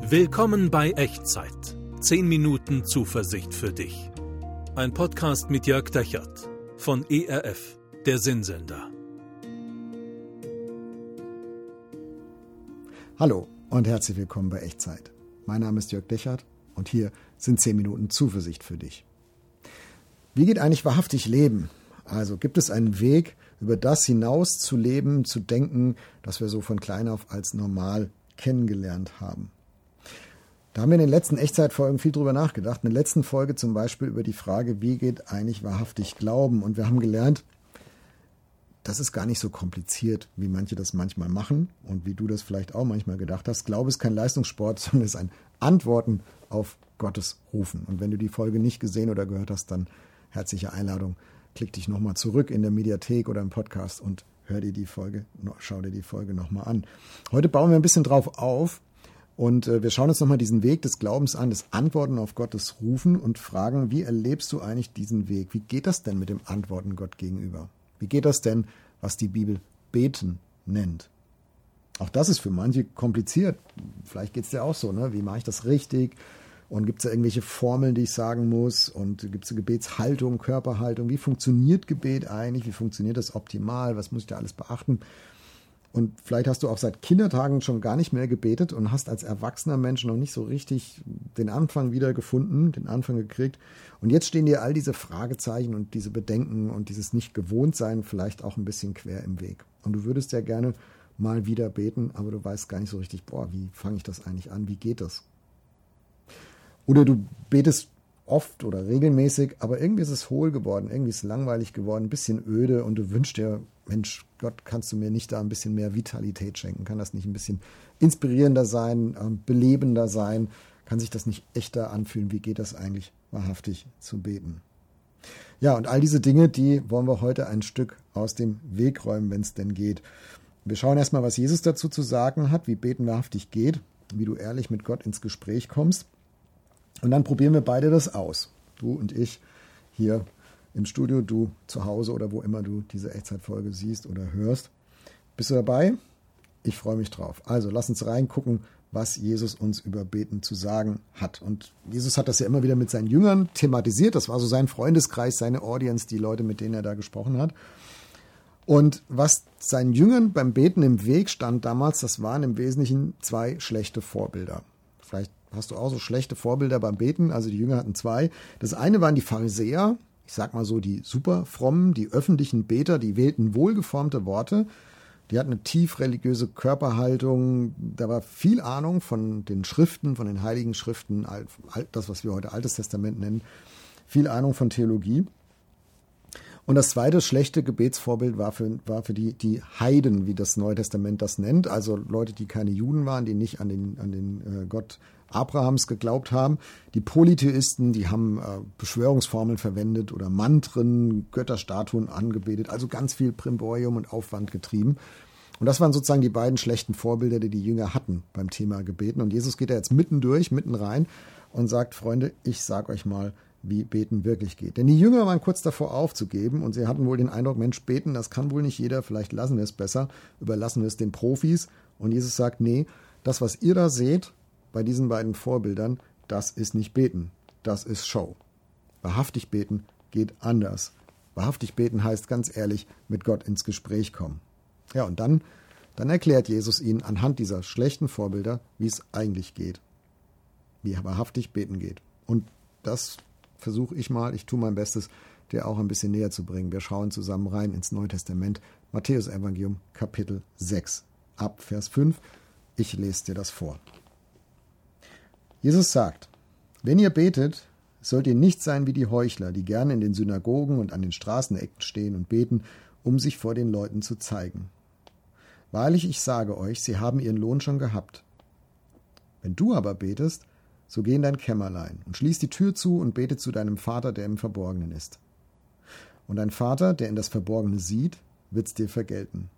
Willkommen bei Echtzeit. 10 Minuten Zuversicht für dich. Ein Podcast mit Jörg Dechert von ERF, der Sinnsender. Hallo und herzlich willkommen bei Echtzeit. Mein Name ist Jörg Dechert und hier sind 10 Minuten Zuversicht für dich. Wie geht eigentlich wahrhaftig Leben? Also gibt es einen Weg, über das hinaus zu leben, zu denken, das wir so von klein auf als normal kennengelernt haben? Da haben wir in den letzten Echtzeitfolgen viel drüber nachgedacht. In der letzten Folge zum Beispiel über die Frage, wie geht eigentlich wahrhaftig Glauben? Und wir haben gelernt, das ist gar nicht so kompliziert, wie manche das manchmal machen und wie du das vielleicht auch manchmal gedacht hast. Glaube ist kein Leistungssport, sondern ist ein Antworten auf Gottes Rufen. Und wenn du die Folge nicht gesehen oder gehört hast, dann herzliche Einladung. Klick dich nochmal zurück in der Mediathek oder im Podcast und schau dir die Folge nochmal an. Heute bauen wir ein bisschen drauf auf. Und wir schauen uns nochmal diesen Weg des Glaubens an, das Antworten auf Gottes Rufen und fragen, wie erlebst du eigentlich diesen Weg? Wie geht das denn mit dem Antworten Gott gegenüber? Wie geht das denn, was die Bibel Beten nennt? Auch das ist für manche kompliziert. Vielleicht geht es dir auch so, ne? Wie mache ich das richtig? Und gibt es da irgendwelche Formeln, die ich sagen muss? Und gibt es eine Gebetshaltung, Körperhaltung? Wie funktioniert Gebet eigentlich? Wie funktioniert das optimal? Was muss ich da alles beachten? Und vielleicht hast du auch seit Kindertagen schon gar nicht mehr gebetet und hast als erwachsener Mensch noch nicht so richtig den Anfang wieder gefunden, den Anfang gekriegt. Und jetzt stehen dir all diese Fragezeichen und diese Bedenken und dieses Nicht-Gewohnt-Sein vielleicht auch ein bisschen quer im Weg. Und du würdest ja gerne mal wieder beten, aber du weißt gar nicht so richtig, wie fange ich das eigentlich an? Wie geht das? Oder du betest oft oder regelmäßig, aber irgendwie ist es hohl geworden, irgendwie ist es langweilig geworden, ein bisschen öde und du wünschst dir, Mensch, Gott, kannst du mir nicht da ein bisschen mehr Vitalität schenken? Kann das nicht ein bisschen inspirierender sein, belebender sein? Kann sich das nicht echter anfühlen? Wie geht das eigentlich, wahrhaftig zu beten? Ja, und all diese Dinge, die wollen wir heute ein Stück aus dem Weg räumen, wenn es denn geht. Wir schauen erstmal, was Jesus dazu zu sagen hat, wie Beten wahrhaftig geht, wie du ehrlich mit Gott ins Gespräch kommst. Und dann probieren wir beide das aus. Du und ich hier im Studio, du zu Hause oder wo immer du diese Echtzeitfolge siehst oder hörst. Bist du dabei? Ich freue mich drauf. Also lass uns reingucken, was Jesus uns über Beten zu sagen hat. Und Jesus hat das ja immer wieder mit seinen Jüngern thematisiert. Das war so sein Freundeskreis, seine Audience, die Leute, mit denen er da gesprochen hat. Und was seinen Jüngern beim Beten im Weg stand damals, das waren im Wesentlichen 2 schlechte Vorbilder. Vielleicht hast du auch so schlechte Vorbilder beim Beten. Also die Jünger hatten 2. Das eine waren die Pharisäer, ich sag mal so die super frommen, die öffentlichen Beter, die wählten wohlgeformte Worte. Die hatten eine tief religiöse Körperhaltung. Da war viel Ahnung von den Schriften, von den heiligen Schriften, das, was wir heute Altes Testament nennen. Viel Ahnung von Theologie. Und das zweite schlechte Gebetsvorbild war für die Heiden, wie das Neue Testament das nennt. Also Leute, die keine Juden waren, die nicht an den Gott Abrahams geglaubt haben. Die Polytheisten, die haben Beschwörungsformeln verwendet oder Mantren, Götterstatuen angebetet. Also ganz viel Primborium und Aufwand getrieben. Und das waren sozusagen die beiden schlechten Vorbilder, die Jünger hatten beim Thema Gebeten. Und Jesus geht da jetzt mitten rein und sagt, Freunde, ich sag euch mal, wie Beten wirklich geht. Denn die Jünger waren kurz davor aufzugeben und sie hatten wohl den Eindruck, Mensch, beten, das kann wohl nicht jeder, vielleicht lassen wir es besser, überlassen wir es den Profis. Und Jesus sagt, nee, das, was ihr da seht bei diesen beiden Vorbildern, das ist nicht Beten, das ist Show. Wahrhaftig beten geht anders. Wahrhaftig beten heißt ganz ehrlich, mit Gott ins Gespräch kommen. Ja, und dann erklärt Jesus ihnen anhand dieser schlechten Vorbilder, wie es eigentlich geht. Wie wahrhaftig beten geht. Und das versuche ich mal, ich tue mein Bestes, dir auch ein bisschen näher zu bringen. Wir schauen zusammen rein ins Neue Testament, Matthäus Evangelium, Kapitel 6, ab Vers 5. Ich lese dir das vor. Jesus sagt, wenn ihr betet, sollt ihr nicht sein wie die Heuchler, die gerne in den Synagogen und an den Straßenecken stehen und beten, um sich vor den Leuten zu zeigen. Wahrlich, ich sage euch, sie haben ihren Lohn schon gehabt. Wenn du aber betest, so geh in dein Kämmerlein und schließ die Tür zu und bete zu deinem Vater, der im Verborgenen ist. Und dein Vater, der in das Verborgene sieht, wird's dir vergelten.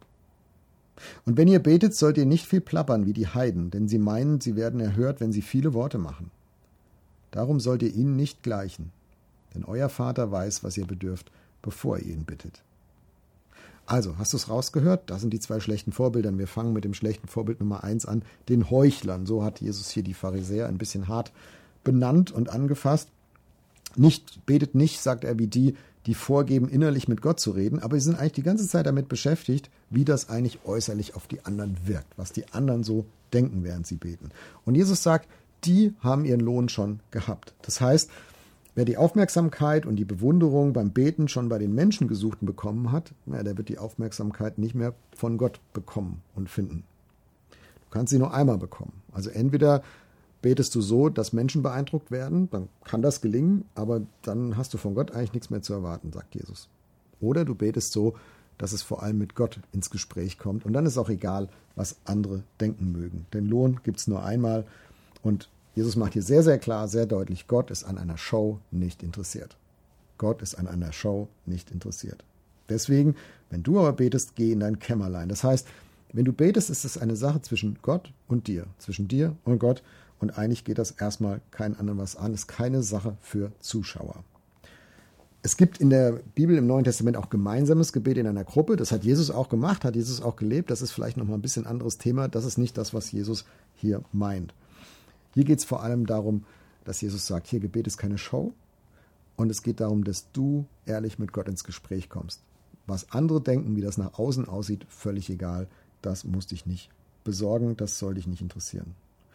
Und wenn ihr betet, sollt ihr nicht viel plappern wie die Heiden, denn sie meinen, sie werden erhört, wenn sie viele Worte machen. Darum sollt ihr ihnen nicht gleichen, denn euer Vater weiß, was ihr bedürft, bevor ihr ihn bittet. Also, hast du es rausgehört? Das sind die 2 schlechten Vorbilder. Wir fangen mit dem schlechten Vorbild Nummer 1 an, den Heuchlern. So hat Jesus hier die Pharisäer ein bisschen hart benannt und angefasst. Betet nicht, sagt er, wie die vorgeben, innerlich mit Gott zu reden, aber sie sind eigentlich die ganze Zeit damit beschäftigt, wie das eigentlich äußerlich auf die anderen wirkt, was die anderen so denken, während sie beten. Und Jesus sagt, die haben ihren Lohn schon gehabt. Das heißt, wer die Aufmerksamkeit und die Bewunderung beim Beten schon bei den Menschengesuchten bekommen hat, der wird die Aufmerksamkeit nicht mehr von Gott bekommen und finden. Du kannst sie nur einmal bekommen. Also entweder betest du so, dass Menschen beeindruckt werden, dann kann das gelingen, aber dann hast du von Gott eigentlich nichts mehr zu erwarten, sagt Jesus. Oder du betest so, dass es vor allem mit Gott ins Gespräch kommt und dann ist auch egal, was andere denken mögen. Den Lohn gibt es nur einmal und Jesus macht hier sehr, sehr klar, sehr deutlich, Gott ist an einer Show nicht interessiert. Gott ist an einer Show nicht interessiert. Deswegen, wenn du aber betest, geh in dein Kämmerlein. Das heißt, wenn du betest, ist es eine Sache zwischen Gott und dir, zwischen dir und Gott. Und eigentlich geht das erstmal keinen anderen was an. Es ist keine Sache für Zuschauer. Es gibt in der Bibel im Neuen Testament auch gemeinsames Gebet in einer Gruppe. Das hat Jesus auch gemacht, hat Jesus auch gelebt. Das ist vielleicht nochmal ein bisschen anderes Thema. Das ist nicht das, was Jesus hier meint. Hier geht es vor allem darum, dass Jesus sagt, hier Gebet ist keine Show. Und es geht darum, dass du ehrlich mit Gott ins Gespräch kommst. Was andere denken, wie das nach außen aussieht, völlig egal. Das muss dich nicht besorgen, das soll dich nicht interessieren.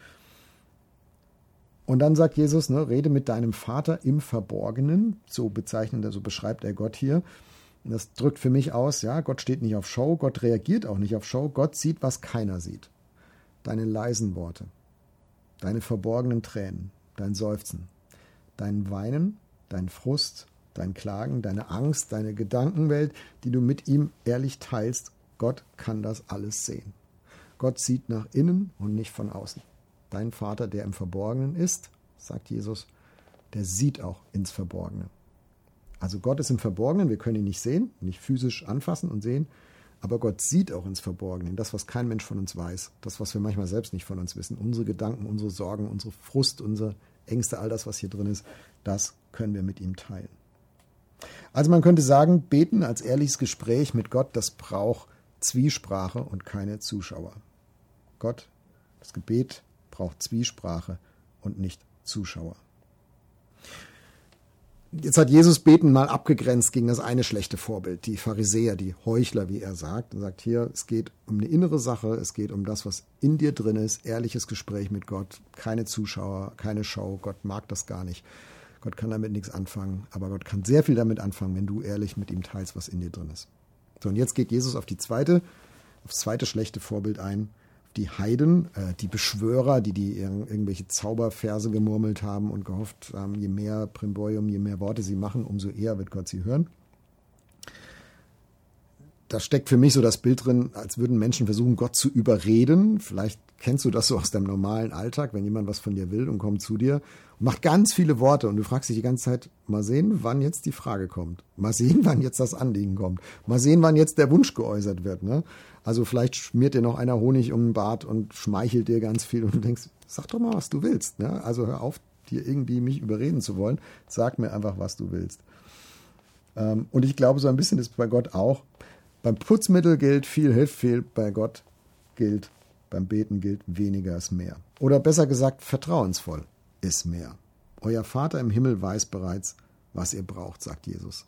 Und dann sagt Jesus, rede mit deinem Vater im Verborgenen, so beschreibt er Gott hier. Und das drückt für mich aus, ja, Gott steht nicht auf Show, Gott reagiert auch nicht auf Show, Gott sieht, was keiner sieht. Deine leisen Worte, deine verborgenen Tränen, dein Seufzen, dein Weinen, dein Frust, dein Klagen, deine Angst, deine Gedankenwelt, die du mit ihm ehrlich teilst. Gott kann das alles sehen. Gott sieht nach innen und nicht von außen. Dein Vater, der im Verborgenen ist, sagt Jesus, der sieht auch ins Verborgene. Also Gott ist im Verborgenen, wir können ihn nicht sehen, nicht physisch anfassen und sehen, aber Gott sieht auch ins Verborgene, das, was kein Mensch von uns weiß, das, was wir manchmal selbst nicht von uns wissen, unsere Gedanken, unsere Sorgen, unsere Frust, unsere Ängste, all das, was hier drin ist, das können wir mit ihm teilen. Also man könnte sagen, beten als ehrliches Gespräch mit Gott, das braucht Zwiesprache und keine Zuschauer. Gott, das Gebet braucht Zwiesprache und nicht Zuschauer. Jetzt hat Jesus Beten mal abgegrenzt gegen das eine schlechte Vorbild, die Pharisäer, die Heuchler, wie er sagt. Er sagt hier, es geht um eine innere Sache, es geht um das, was in dir drin ist, ehrliches Gespräch mit Gott, keine Zuschauer, keine Show, Gott mag das gar nicht. Gott kann damit nichts anfangen, aber Gott kann sehr viel damit anfangen, wenn du ehrlich mit ihm teilst, was in dir drin ist. So, und jetzt geht Jesus auf das zweite schlechte Vorbild ein, die Heiden, die Beschwörer, die irgendwelche Zauberverse gemurmelt haben und gehofft haben, je mehr Primborium, je mehr Worte sie machen, umso eher wird Gott sie hören. Da steckt für mich so das Bild drin, als würden Menschen versuchen, Gott zu überreden. Vielleicht kennst du das so aus deinem normalen Alltag, wenn jemand was von dir will und kommt zu dir und macht ganz viele Worte und du fragst dich die ganze Zeit, mal sehen, wann jetzt die Frage kommt. Mal sehen, wann jetzt das Anliegen kommt. Mal sehen, wann jetzt der Wunsch geäußert wird. Ne? Also vielleicht schmiert dir noch einer Honig um den Bart und schmeichelt dir ganz viel und du denkst, sag doch mal, was du willst. Ne? Also hör auf, dir irgendwie mich überreden zu wollen. Sag mir einfach, was du willst. Und ich glaube, so ein bisschen ist bei Gott auch. Beim Putzmittel gilt, viel hilft viel. Bei Gott gilt, beim Beten gilt, weniger ist mehr. Oder besser gesagt, vertrauensvoll ist mehr. Euer Vater im Himmel weiß bereits, was ihr braucht, sagt Jesus.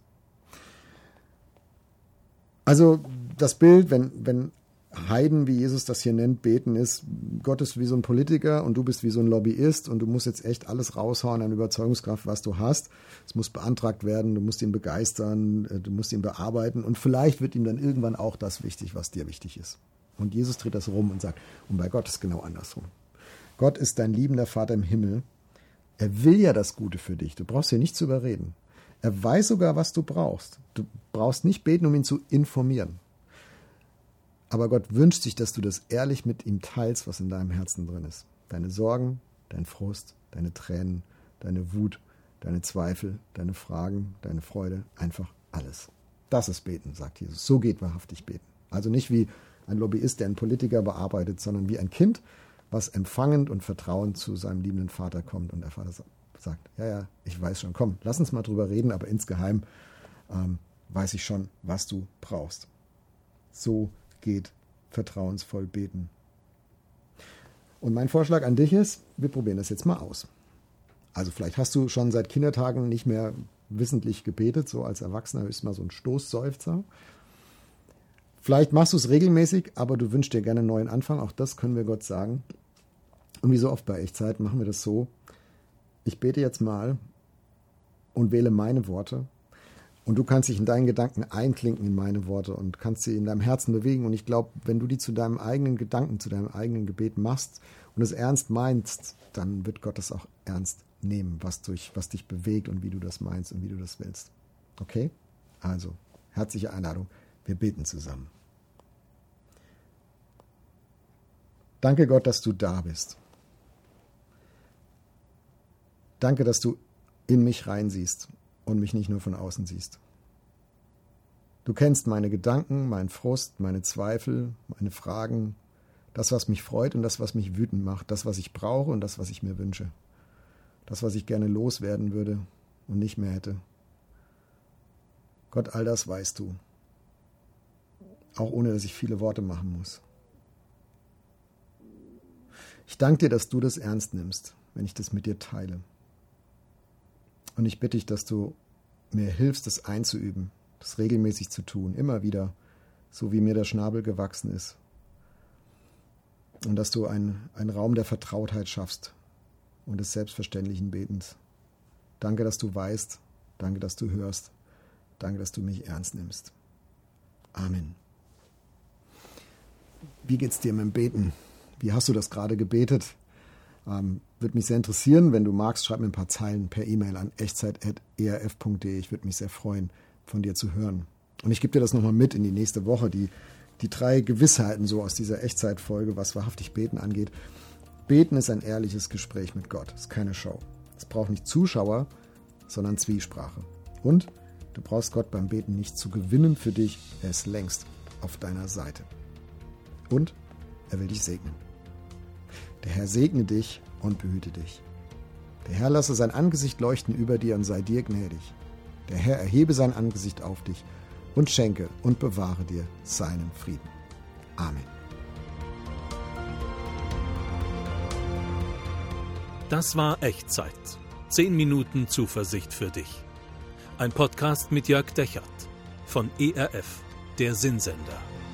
Also das Bild, wenn Heiden, wie Jesus das hier nennt, beten ist, Gott ist wie so ein Politiker und du bist wie so ein Lobbyist und du musst jetzt echt alles raushauen an Überzeugungskraft, was du hast. Es muss beantragt werden, du musst ihn begeistern, du musst ihn bearbeiten und vielleicht wird ihm dann irgendwann auch das wichtig, was dir wichtig ist. Und Jesus dreht das rum und sagt, und bei Gott ist genau andersrum. Gott ist dein liebender Vater im Himmel. Er will ja das Gute für dich. Du brauchst hier nicht zu überreden. Er weiß sogar, was du brauchst. Du brauchst nicht beten, um ihn zu informieren. Aber Gott wünscht sich, dass du das ehrlich mit ihm teilst, was in deinem Herzen drin ist. Deine Sorgen, dein Frust, deine Tränen, deine Wut, deine Zweifel, deine Fragen, deine Freude, einfach alles. Das ist Beten, sagt Jesus. So geht wahrhaftig Beten. Also nicht wie ein Lobbyist, der einen Politiker bearbeitet, sondern wie ein Kind, was empfangend und vertrauend zu seinem liebenden Vater kommt. Und der Vater sagt, ja, ich weiß schon, komm, lass uns mal drüber reden, aber insgeheim weiß ich schon, was du brauchst. So geht vertrauensvoll beten. Und mein Vorschlag an dich ist, wir probieren das jetzt mal aus. Also vielleicht hast du schon seit Kindertagen nicht mehr wissentlich gebetet, so als Erwachsener höchstens mal so ein Stoßseufzer. Vielleicht machst du es regelmäßig, aber du wünschst dir gerne einen neuen Anfang. Auch das können wir Gott sagen. Und wie so oft bei Echtzeit machen wir das so. Ich bete jetzt mal und wähle meine Worte. Und du kannst dich in deinen Gedanken einklinken in meine Worte und kannst sie in deinem Herzen bewegen. Und ich glaube, wenn du die zu deinem eigenen Gedanken, zu deinem eigenen Gebet machst und es ernst meinst, dann wird Gott das auch ernst nehmen, was dich bewegt und wie du das meinst und wie du das willst. Okay? Also, herzliche Einladung. Wir beten zusammen. Danke Gott, dass du da bist. Danke, dass du in mich reinsiehst und mich nicht nur von außen siehst. Du kennst meine Gedanken, meinen Frust, meine Zweifel, meine Fragen, das, was mich freut und das, was mich wütend macht, das, was ich brauche und das, was ich mir wünsche, das, was ich gerne loswerden würde und nicht mehr hätte. Gott, all das weißt du, auch ohne, dass ich viele Worte machen muss. Ich danke dir, dass du das ernst nimmst, wenn ich das mit dir teile. Und ich bitte dich, dass du mir hilfst, das einzuüben, das regelmäßig zu tun, immer wieder, so wie mir der Schnabel gewachsen ist. Und dass du einen Raum der Vertrautheit schaffst und des selbstverständlichen Betens. Danke, dass du weißt, danke, dass du hörst, danke, dass du mich ernst nimmst. Amen. Wie geht's dir mit dem Beten? Wie hast du das gerade gebetet? Würde mich sehr interessieren. Wenn du magst, schreib mir ein paar Zeilen per E-Mail an echtzeit@erf.de. Ich würde mich sehr freuen, von dir zu hören. Und ich gebe dir das nochmal mit in die nächste Woche, die 3 Gewissheiten so aus dieser Echtzeitfolge, was wahrhaftig Beten angeht. Beten ist ein ehrliches Gespräch mit Gott. Es ist keine Show. Es braucht nicht Zuschauer, sondern Zwiesprache. Und du brauchst Gott beim Beten nicht zu gewinnen für dich. Er ist längst auf deiner Seite. Und er will dich segnen. Der Herr segne dich und behüte dich. Der Herr lasse sein Angesicht leuchten über dir und sei dir gnädig. Der Herr erhebe sein Angesicht auf dich und schenke und bewahre dir seinen Frieden. Amen. Das war Echtzeit. 10 Minuten Zuversicht für dich. Ein Podcast mit Jörg Dechert von ERF, der Sinnsender.